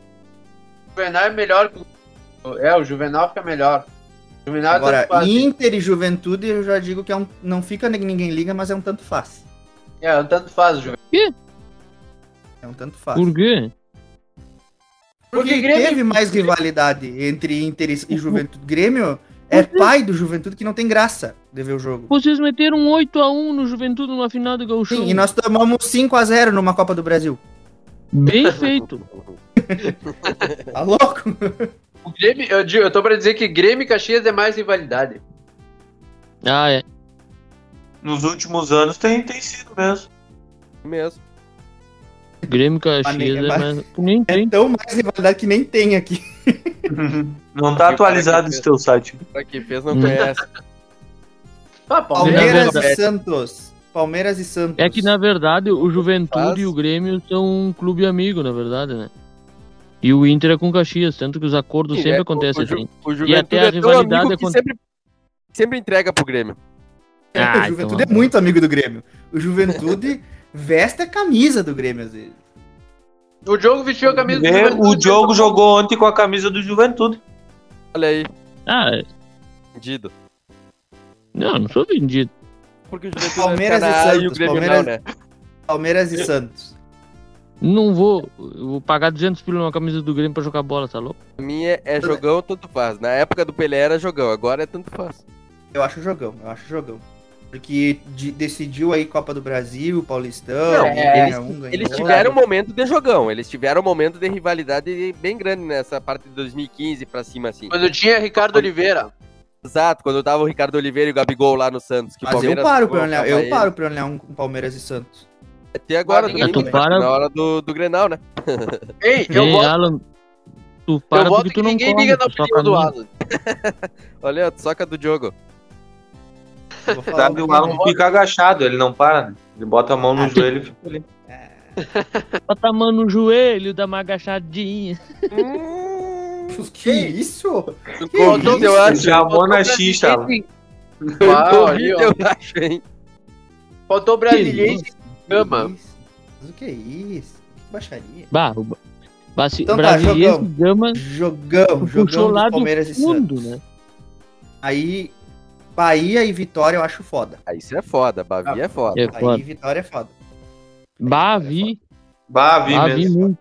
O Juvenal é melhor que o Juvenal fica melhor. O Juvenal
Agora,
tanto faz.
Inter e Juventude, eu já digo que não fica ninguém liga, mas é um tanto faz.
É, tanto faz o Juvenal.
É um tanto faz.
Por quê?
Porque
Porque Grêmio-
teve mais rivalidade entre Inter e Juventude. Grêmio é pai do Juventude que não tem graça de ver o jogo.
Vocês meteram 8-1 no Juventude numa final do Gauchão.
Sim, e nós tomamos 5-0 numa Copa do Brasil.
Bem feito.
Tá louco?
O Grêmio, eu tô pra dizer que Grêmio e Caxias é mais rivalidade.
Ah, é.
Nos últimos anos tem sido mesmo.
Mesmo.
Grêmio Caxias
Mas-
é mais... Nem
É
tem.
tão mais rivalidade que nem tem aqui.
Não tá atualizado esse teu site.
Pra quem fez, não conhece.
Ah,
Palmeiras
verdade.
e Santos. Palmeiras e Santos.
É que, na verdade, o Juventude
Faz.
e o Grêmio são um clube amigo, na verdade, né? E o Inter é com Caxias, tanto que os acordos
Sim,
sempre
é,
acontecem
o Ju-
assim.
O Juventude
até a
é tão
rivalidade
amigo que sempre entrega pro Grêmio.
O Juventude
então,
é muito amigo do Grêmio. O Juventude veste a camisa do Grêmio, às vezes.
O Diogo vestiu a camisa do
O
Juventude.
Diogo jogou ontem com a camisa do Juventude.
Olha aí,
Ah, é.
vendido.
Não sou vendido.
Porque o Juventude
Palmeiras
vai
e
ficar na A e o
Santos,
Grêmio
Palmeiras-
não, né?
Palmeiras e Santos.
Não vou. Eu vou pagar 200 pila numa camisa do Grêmio pra jogar bola, tá louco?
A minha é jogão, tanto faz. Na época do Pelé era jogão, agora é tanto faz.
Eu acho jogão. Porque decidiu aí Copa do Brasil, Paulistão,
Não,
ganha um, ganha
Eles
outro.
tiveram um momento de jogão, eles tiveram um momento de rivalidade bem grande nessa parte de 2015 pra cima, assim.
Quando tinha Ricardo Oliveira.
Exato, quando tava o Ricardo Oliveira e o Gabigol lá no Santos. Que o
Mas eu
Palmeiras
paro pra
colocava
olhar,
ele.
um com Palmeiras e Santos.
Até agora,
Mas ninguém
domingo,
liga. Tu para-
na hora do Grenal, né?
Ei, eu
Ei,
voto,
Alan, tu
eu
para
voto
porque
que
tu não
ninguém
come,
liga na
tu só
opinião do
caminha.
Alan.
Olha, soca do Diogo.
Eu vou falar
Sabe,
um
o Alan fica agachado, ele não para, né? Ele bota a mão no
Ah,
joelho e fica ali.
Bota a mão no joelho, dá uma agachadinha.
Que isso?
Covid,
isso?
eu acho.
Chamou na xixa, Alan.
Uau, ali, ó.
Eu acho, hein?
Faltou o brasileiro
Que
e Gama.
Mas o que é isso? Que baixaria.
Bah,
Então tá,
brasileiro
jogão.
Gama
Jogão
puxou
do
lá do
Palmeiras e
fundo,
Santos.
né?
Aí, Bahia e Vitória eu acho foda.
Ah, isso é foda, Bavi é foda.
É
Aí,
foda.
Vitória é foda.
Bavi,
Bavi
Bavi
mesmo.
muito.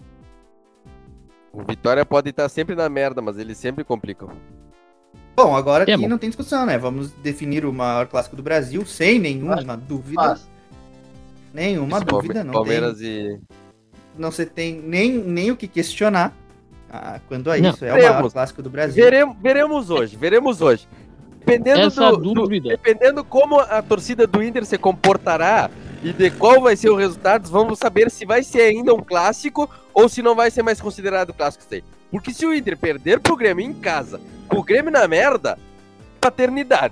O Vitória pode estar sempre na merda, mas eles sempre complicam.
Bom, agora aqui
bom.
não tem discussão, né? Vamos definir o maior clássico do Brasil, sem nenhuma dúvida.
Faz.
Nenhuma dúvida, não
Palmeiras
tem.
e.
Não se tem nem o que questionar quanto a
Não.
isso. É o maior
Veremos.
clássico do Brasil.
Veremos hoje. Dependendo
Essa
do,
dúvida.
dependendo como a torcida do Inter se comportará e de qual vai ser o resultado, vamos saber se vai ser ainda um clássico ou se não vai ser mais considerado clássico isso aí. Porque se o Inter perder pro Grêmio em casa, com o Grêmio na merda, paternidade.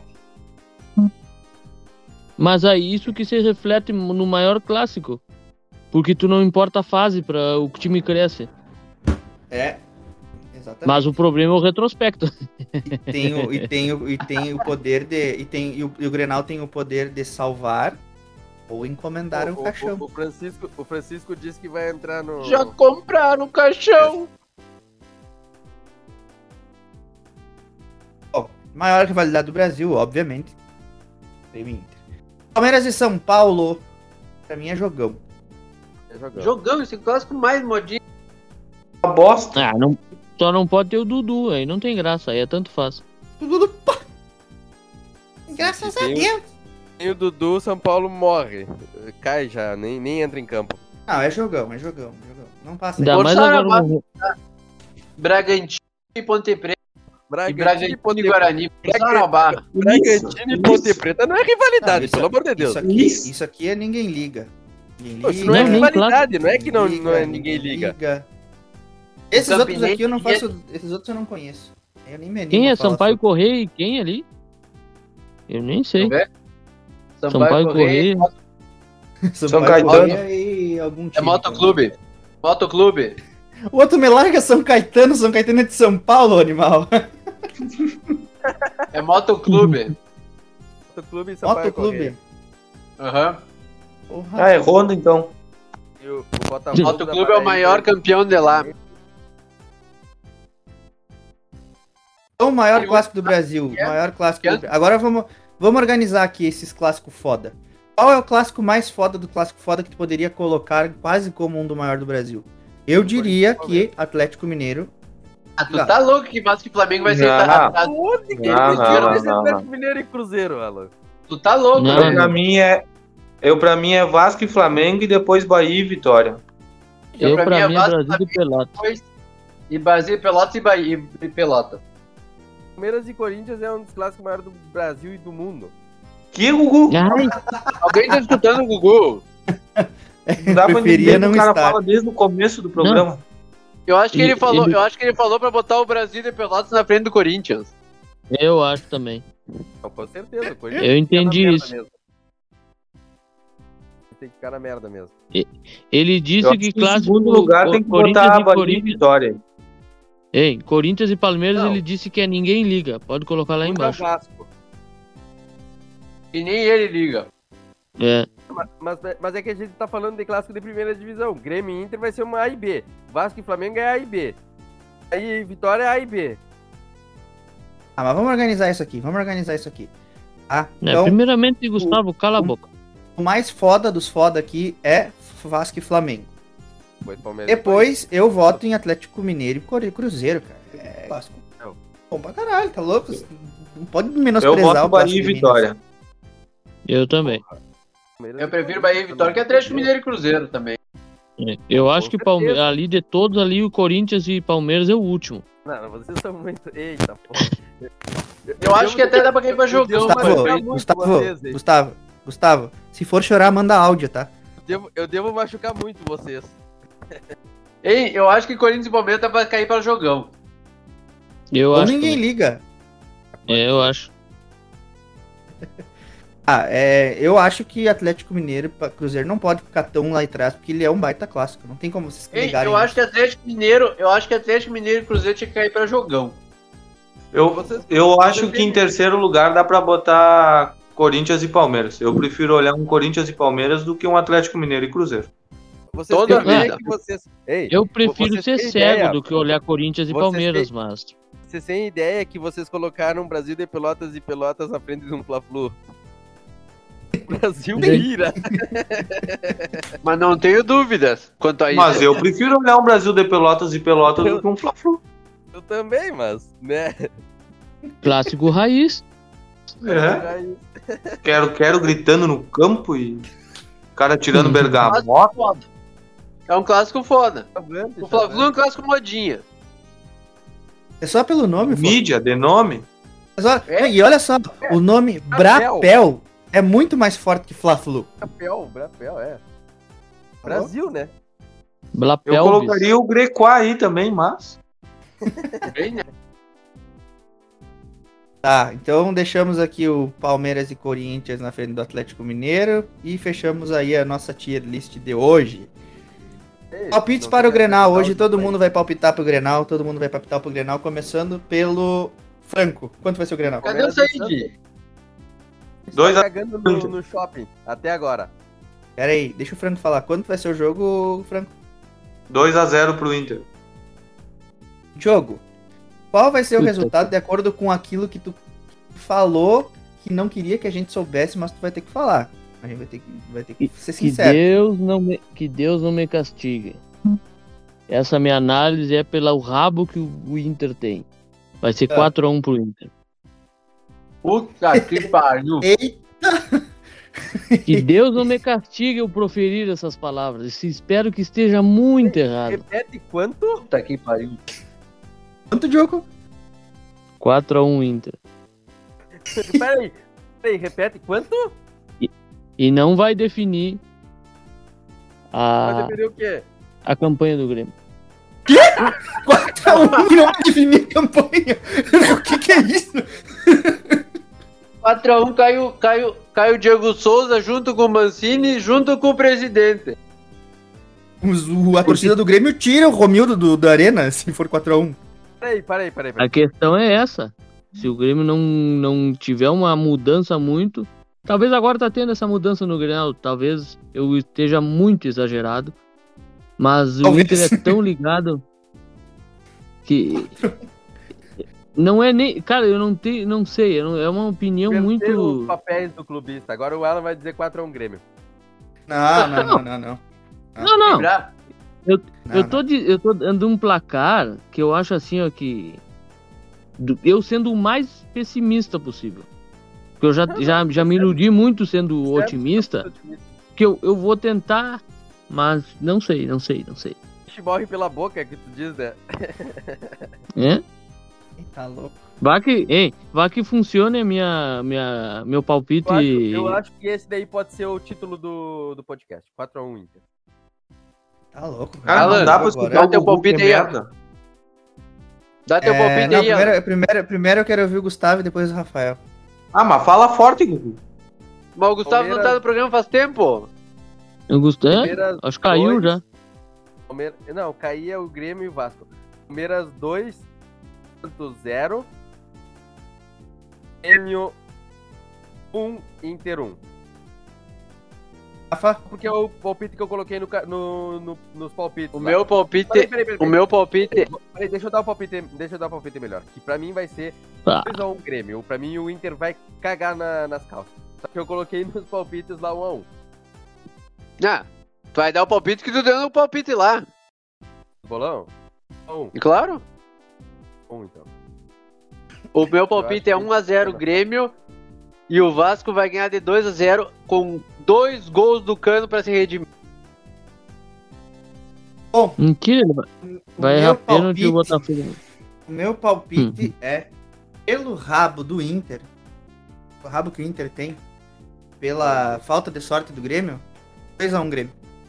Mas é isso que se reflete no maior clássico. Porque tu não importa a fase para o time cresce.
É. Exatamente.
Mas o problema é o retrospecto.
Tem o poder de. E o Grenal tem o poder de salvar ou encomendar um caixão.
O Francisco disse que vai entrar no.
Já compraram o caixão.
Bom, maior rivalidade do Brasil, obviamente. Grêmio e Inter. Palmeiras e São Paulo, pra mim é jogão.
Jogão, esse clássico mais modinho.
Uma bosta.
Ah, não, só não pode ter o Dudu, aí não tem graça, aí é tanto faz.
Tudo Graças
Se
a
tem-
Deus.
Tem o Dudu, São Paulo morre. Cai já, nem entra em campo.
Não, é jogão. Não passa aí.
Ainda mais
Forçaram
agora
a
no-
Bragantino e Ponte Preta. E
Bragantino
Bragantino e Guarani. Forçaram a barra.
Bragantino e Ponte Preta não é rivalidade,
Não, isso-
pelo amor de Deus.
Isso aqui é ninguém liga. Ninguém
Pô, isso não é
Não, nem
rivalidade, não é que não é ninguém liga.
Esses
O
outros aqui eu não
Campinense-
faço. Esses outros eu não conheço. Eu nem me animo
Quem é
a falar
Sampaio
sobre.
Correia e quem ali? Eu nem sei.
Deixa eu ver.
Sampaio Correia.
São
Caetano.
E algum
É
time.
Motoclube. Motoclube.
O outro me larga São Caetano é de São Paulo, animal.
É Motoclube.
Motoclube e Sampaio Corrêa.
Motoclube.
Aham.
Porra.
É Honda então.
E o Botafogo
Motoclube
da
é o maior
Paraíba.
campeão de lá.
Então, o maior clássico do Brasil. Maior clássico do... Agora vamos organizar aqui esses clássicos foda. Qual é o clássico mais foda do clássico foda que tu poderia colocar quase como um do maior do Brasil? Eu diria que Atlético Mineiro.
Ah, tu tá louco que Vasco e Flamengo vai ser...
Não.
Não.
Não.
Mineiro e Cruzeiro, Alan.
Tu tá louco,
Não.
velho.
Pra mim é Vasco e Flamengo e depois Bahia e Vitória.
Eu,
pra
pra
mim, é
mim, é
Vasco,
Brasil e Pelotas.
E Brasil, Pelotas e Bahia e Pelota.
Palmeiras e Corinthians é um dos clássicos maiores do Brasil e do mundo.
Que Gugu?
Ai,
Alguém tá escutando o Gugu?
Não dá pra
Preferia
entender
não
que o cara
estar.
fala desde o começo do programa.
Eu acho que ele falou,
Ele-
eu acho que ele falou pra botar o Brasil e Pelotas na frente do Corinthians.
eu acho também.
Não, com certeza. o Corinthians
Eu
tem que ficar na
entendi
merda
isso.
mesmo. Tem que ficar na merda mesmo.
Ele
Eu
disse
acho
que
que em
clássico
segundo lugar tem que
Corinthians
botar
e
Bahia e
Corinthians.
Vitória.
Ei, Corinthians e Palmeiras,
Não.
ele disse que é ninguém liga. Pode colocar lá
Mundo
embaixo.
é o Vasco.
E nem ele liga.
É.
Mas é que a gente tá falando de clássico de primeira divisão. Grêmio e Inter vai ser uma A e B. Vasco e Flamengo é A e B. Aí Vitória é A e B.
Ah, mas vamos organizar isso aqui. Tá?
Né,
Então,
primeiramente, Gustavo, cala a boca.
o mais foda dos foda aqui é Vasco e Flamengo.
Depois Palmeiras.
Depois eu voto em Atlético Mineiro e Cruzeiro, cara. É clássico. Bom pra caralho, tá louco? Não pode
Eu
menosprezar
voto
o
Bahia
clássico
e
de
Vitória.
Eu também.
Palmeiras
Eu prefiro Bahia e Vitória que Atlético Mineiro e Cruzeiro também.
É. Eu acho que
Com certeza.
ali de todos ali, o Corinthians e Palmeiras é o último.
Não, vocês são muito. Eita, porra.
Eu acho que até dá pra cair pra jogão,
Gustavo, se for chorar, manda áudio, tá?
Eu devo machucar muito vocês.
Ei, eu acho que Corinthians e Palmeiras dá pra cair pra jogão.
Eu
Ou
acho.
ninguém
também.
liga.
É, eu acho.
Eu acho que Atlético Mineiro e Cruzeiro não pode ficar tão lá atrás, porque ele é um baita clássico. Não tem como vocês
Ei,
negarem.
eu acho que Atlético Mineiro e Cruzeiro tinha que cair pra jogão.
Eu acho que em terceiro lugar dá pra botar Corinthians e Palmeiras. Eu prefiro olhar um Corinthians e Palmeiras do que um Atlético Mineiro e Cruzeiro.
Vocês
Toda
têm ideia
vida.
que vocês. Ei,
Eu prefiro
vocês
ser
têm
cego
ideia?
do que olhar Corinthians e
Vocês
Palmeiras,
têm-
mas.
Vocês têm ideia que vocês colocaram Brasil de Pelotas e Pelotas na frente de um Fla-Flu? Brasil vira.
Mas não tenho dúvidas quanto a isso.
Mas eu prefiro olhar um Brasil de Pelotas e Pelotas do que um Fla-Flu.
Eu também, mas, né?
Clássico raiz.
É. Quero gritando no campo e o cara tirando bergamota.
É um clássico foda.
Tá vendo?
O Fla-Flu é um clássico modinha.
É só pelo nome, Flávio.
Mídia, de nome.
E olha só, o nome Brapel é muito mais forte que Fla-Flu.
Brapel, é. Brasil, né?
Eu
Blapelvis.
colocaria o Grequá aí também, mas...
Bem, né?
Tá, então deixamos aqui o Palmeiras e Corinthians na frente do Atlético Mineiro e fechamos aí a nossa tier list de hoje.
Ei,
Palpites
não
para
tem
o Grenal.
que
Hoje
acertar
todo
o
mundo vai palpitar pro Grenal, começando pelo Franco. Quanto vai ser o Grenal?
Cadê o Said?
2
Tá
a
cagando no shopping, até agora.
Pera aí, deixa o Franco falar. Quanto vai ser o jogo, Franco?
2-0 pro Inter.
Jogo. Qual vai ser o
Puta.
resultado de acordo com aquilo que tu falou que não queria que a gente soubesse, mas tu vai ter que falar. A gente vai ter que ser
Que
sincero.
Deus não me castigue. Essa minha análise é pelo rabo que o Inter tem. Vai ser 4-1 pro Inter.
Puta que pariu.
Que Deus não me castigue eu proferir essas palavras. Espero que esteja muito errado.
Repete quanto?
Puta que pariu.
Quanto, Diogo?
4-1 Inter.
Peraí, repete quanto?
E não vai definir
Vai depender o quê?
a campanha do Grêmio.
4-1 e não vai definir a campanha. O que é isso?
4x1 cai o Diego Souza junto com o Mancini, junto com o presidente.
A torcida do Grêmio tira o Romildo da Arena se for 4-1.
Peraí.
A questão é essa. Se o Grêmio não tiver uma mudança muito... Talvez agora tá tendo essa mudança no Grenal. Talvez eu esteja muito exagerado. Mas o Inter é tão ligado que... Não é nem... Cara, eu não sei. É uma opinião muito...
os papéis do clubista. Agora o Alan vai dizer 4x1 Grêmio.
Não.
Não.
Lembrar?
Eu tô dando um placar que eu acho assim, ó, que... Eu sendo o mais pessimista possível. Porque eu já me iludi muito sendo otimista. Que eu vou tentar, mas não sei.
Morre pela boca, é que tu diz, né?
É?
Tá louco.
Vai que funcione meu palpite.
Eu acho que esse daí pode ser o título do podcast. 4x1 Inter.
Tá louco,
Cara,
Alan,
não dá pra
agora.
escutar
Dá
o
teu
Gugu,
palpite
que
aí,
merda.
Dá teu palpite
Não,
aí, Alan.
primeiro eu quero ouvir o Gustavo e depois o Rafael.
Ah, mas fala forte, Gugu.
Mas o Gustavo não tá no programa faz tempo.
Eu gostei.
Palmeiras
Acho que caiu
2,
já.
Não, caía o Grêmio e o Vasco. Palmeiras 2, Santos 0. Grêmio 1, Inter 1.
Rafa?
Porque é o palpite que eu coloquei nos palpites.
O
lá.
meu palpite.
Peraí.
O meu palpite.
Peraí, deixa eu dar um palpite melhor. Que pra mim vai ser
Tá.
2x1 Grêmio. Pra mim o Inter vai cagar nas calças. Só que eu coloquei nos palpites lá 1x1.
Ah, tu vai dar o palpite que tu deu no palpite lá.
Bolão? 1,
E claro.
1 então.
O meu palpite é
Eu acho que-
1x0 Grêmio. E o Vasco vai ganhar de 2x0 com 2 gols do Cano pra se redimir.
Mentira, ele vai
meu
errar pênalti e o
palpite-
Botafogo.
O meu palpite é pelo rabo do Inter. O rabo que o Inter tem. Pela falta de sorte do Grêmio. 2x1 Grêmio.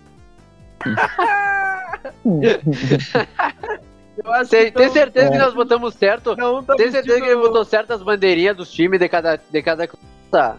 Eu acho
Tem certeza que nós botamos certo?
Não, tá
Tem certeza que ele botou certas bandeirinhas dos times de cada Tá.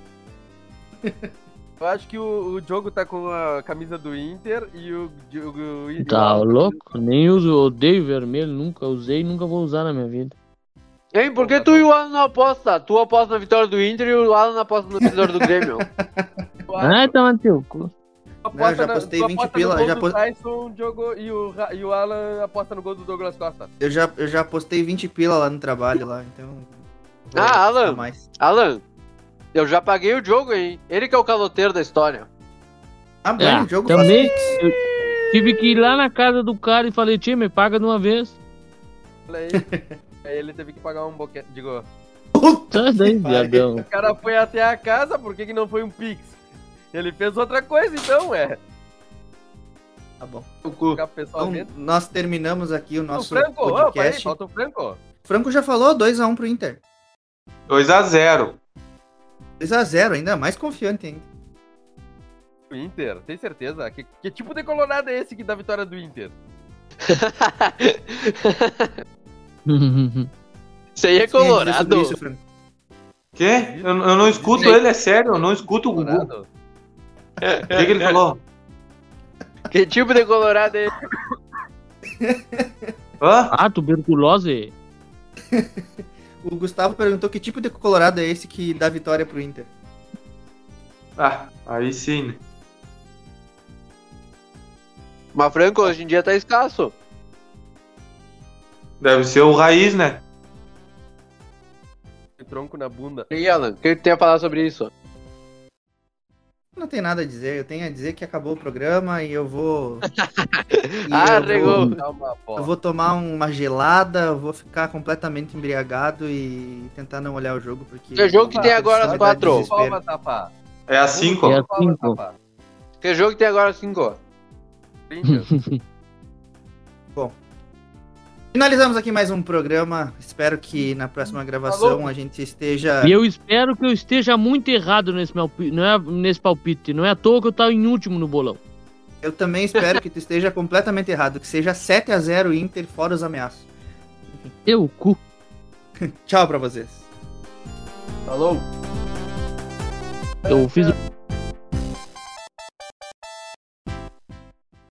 Eu acho que o Diogo tá com a camisa do Inter e o
Tá
Alan
louco? Nem uso, odeio vermelho, nunca usei e nunca vou usar na minha vida.
Hein, por que tu e o Alan não apostam? Tu aposta na vitória do Inter e o Alan aposta na vitória do Grêmio.
Ah, tá Matheus.
Não, já postei 20 pila, já
Tyson, o Diogo e o Alan aposta no gol do Douglas Costa.
Eu já postei 20 pila lá no trabalho lá, então. vou
Alan.
postar mais.
Alan, eu já paguei o jogo, hein? Ele que é o caloteiro da história.
Ah, bom, o jogo
também eu tive que ir lá na casa do cara e falei, tia, me paga de uma vez.
Olha aí. Aí ele teve que pagar um boquete. Digo,
Sai daí, viadão.
o cara foi até a casa, por que não foi um Pix? Ele fez outra coisa então,
Tá bom.
Ficar
Então,
pessoalmente.
nós terminamos aqui o nosso
O Franco, peraí,
podcast.
falta o Franco.
O Franco já falou 2x1 pro Inter.
2x0.
2x0, ainda mais confiante ainda.
O Inter, tem certeza? Que tipo de colorado é esse que dá a vitória do Inter?
Isso aí é
Quem ia dizer
colorado.
sobre isso, Franco?
Quê? Eu não escuto ele, é sério, eu não escuto o Gugu. O
Colorado?
que ele falou?
Que tipo de colorado é esse?
Hã?
Ah, tuberculose?
O Gustavo perguntou que tipo de colorado é esse que dá vitória pro Inter.
Ah, aí sim, né?
Mas Franco, hoje em dia tá escasso.
Deve ser o Raiz, né?
Tronco na bunda.
E aí, Alan, o que tu tem a falar sobre isso?
Não tem nada a dizer, eu tenho a dizer que acabou o programa e eu vou.
Arregou.
Calma, pô.
Eu vou tomar uma gelada, eu vou ficar completamente embriagado e tentar não olhar o jogo, porque.
Que jogo que tem agora
Vai
às
dar
4?
desespero.
Palma, Tapa.
É a 5.
É.
Palma,
cinco.
Tapa.
Que jogo que tem agora às 5?
Corinthians.
Finalizamos aqui mais um programa. Espero que na próxima gravação a gente esteja.
E eu espero que eu esteja muito errado nesse palpite. Não é à toa que eu tava em último no bolão.
Eu também espero que tu esteja completamente errado, que seja 7x0 Inter fora os ameaços.
Eu cu.
Tchau pra vocês.
Falou.
Eu fiz o